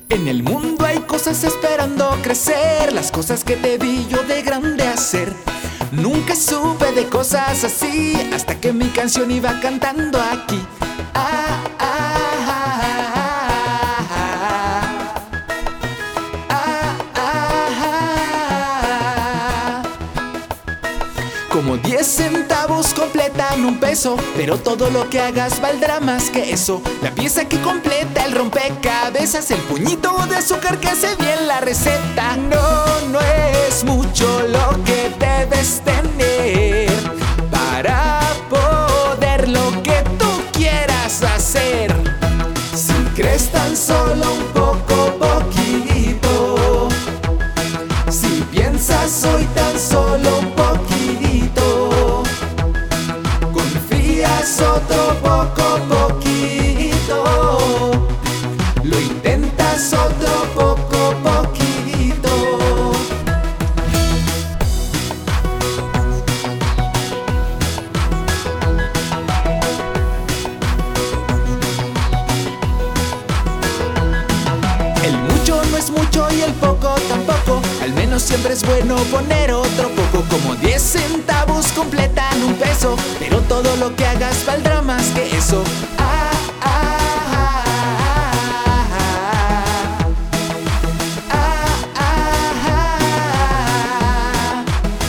En el mundo hay cosas esperando crecer, las cosas que debí yo de grande hacer. Nunca supe de cosas así hasta que mi canción iba cantando aquí. Ah, ah, ah, ah, ah, ah. Como 10 centavos completan un peso, pero todo lo que hagas valdrá más que eso. La pieza que completa el rompecabezas, el puñito de azúcar que hace bien la receta. No es mucho lo que debes tener para poder lo que tú quieras hacer. Si crees tan solo un poco, poquito, si piensas hoy tan solo un poquito, confías otro poco, poquito, lo intentas otro poco, poquito. El mucho no es mucho y el poco tampoco, al menos siempre es bueno poner otro poco. Como 10 centavos completan un peso, pero todo lo que hagas valdrá más que eso. Ah, ah, ah, ah, ah, ah.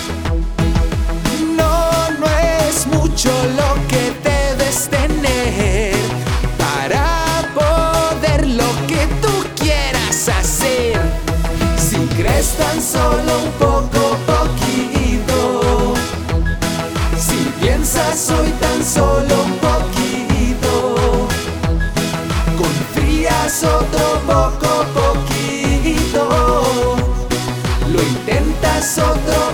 No es mucho lo que debes tener para poder lo que tú quieras hacer. Si crees tan solo un poco, poquito, si piensas hoy tan solo un poquito, confías otro poco, poquito, lo intentas otro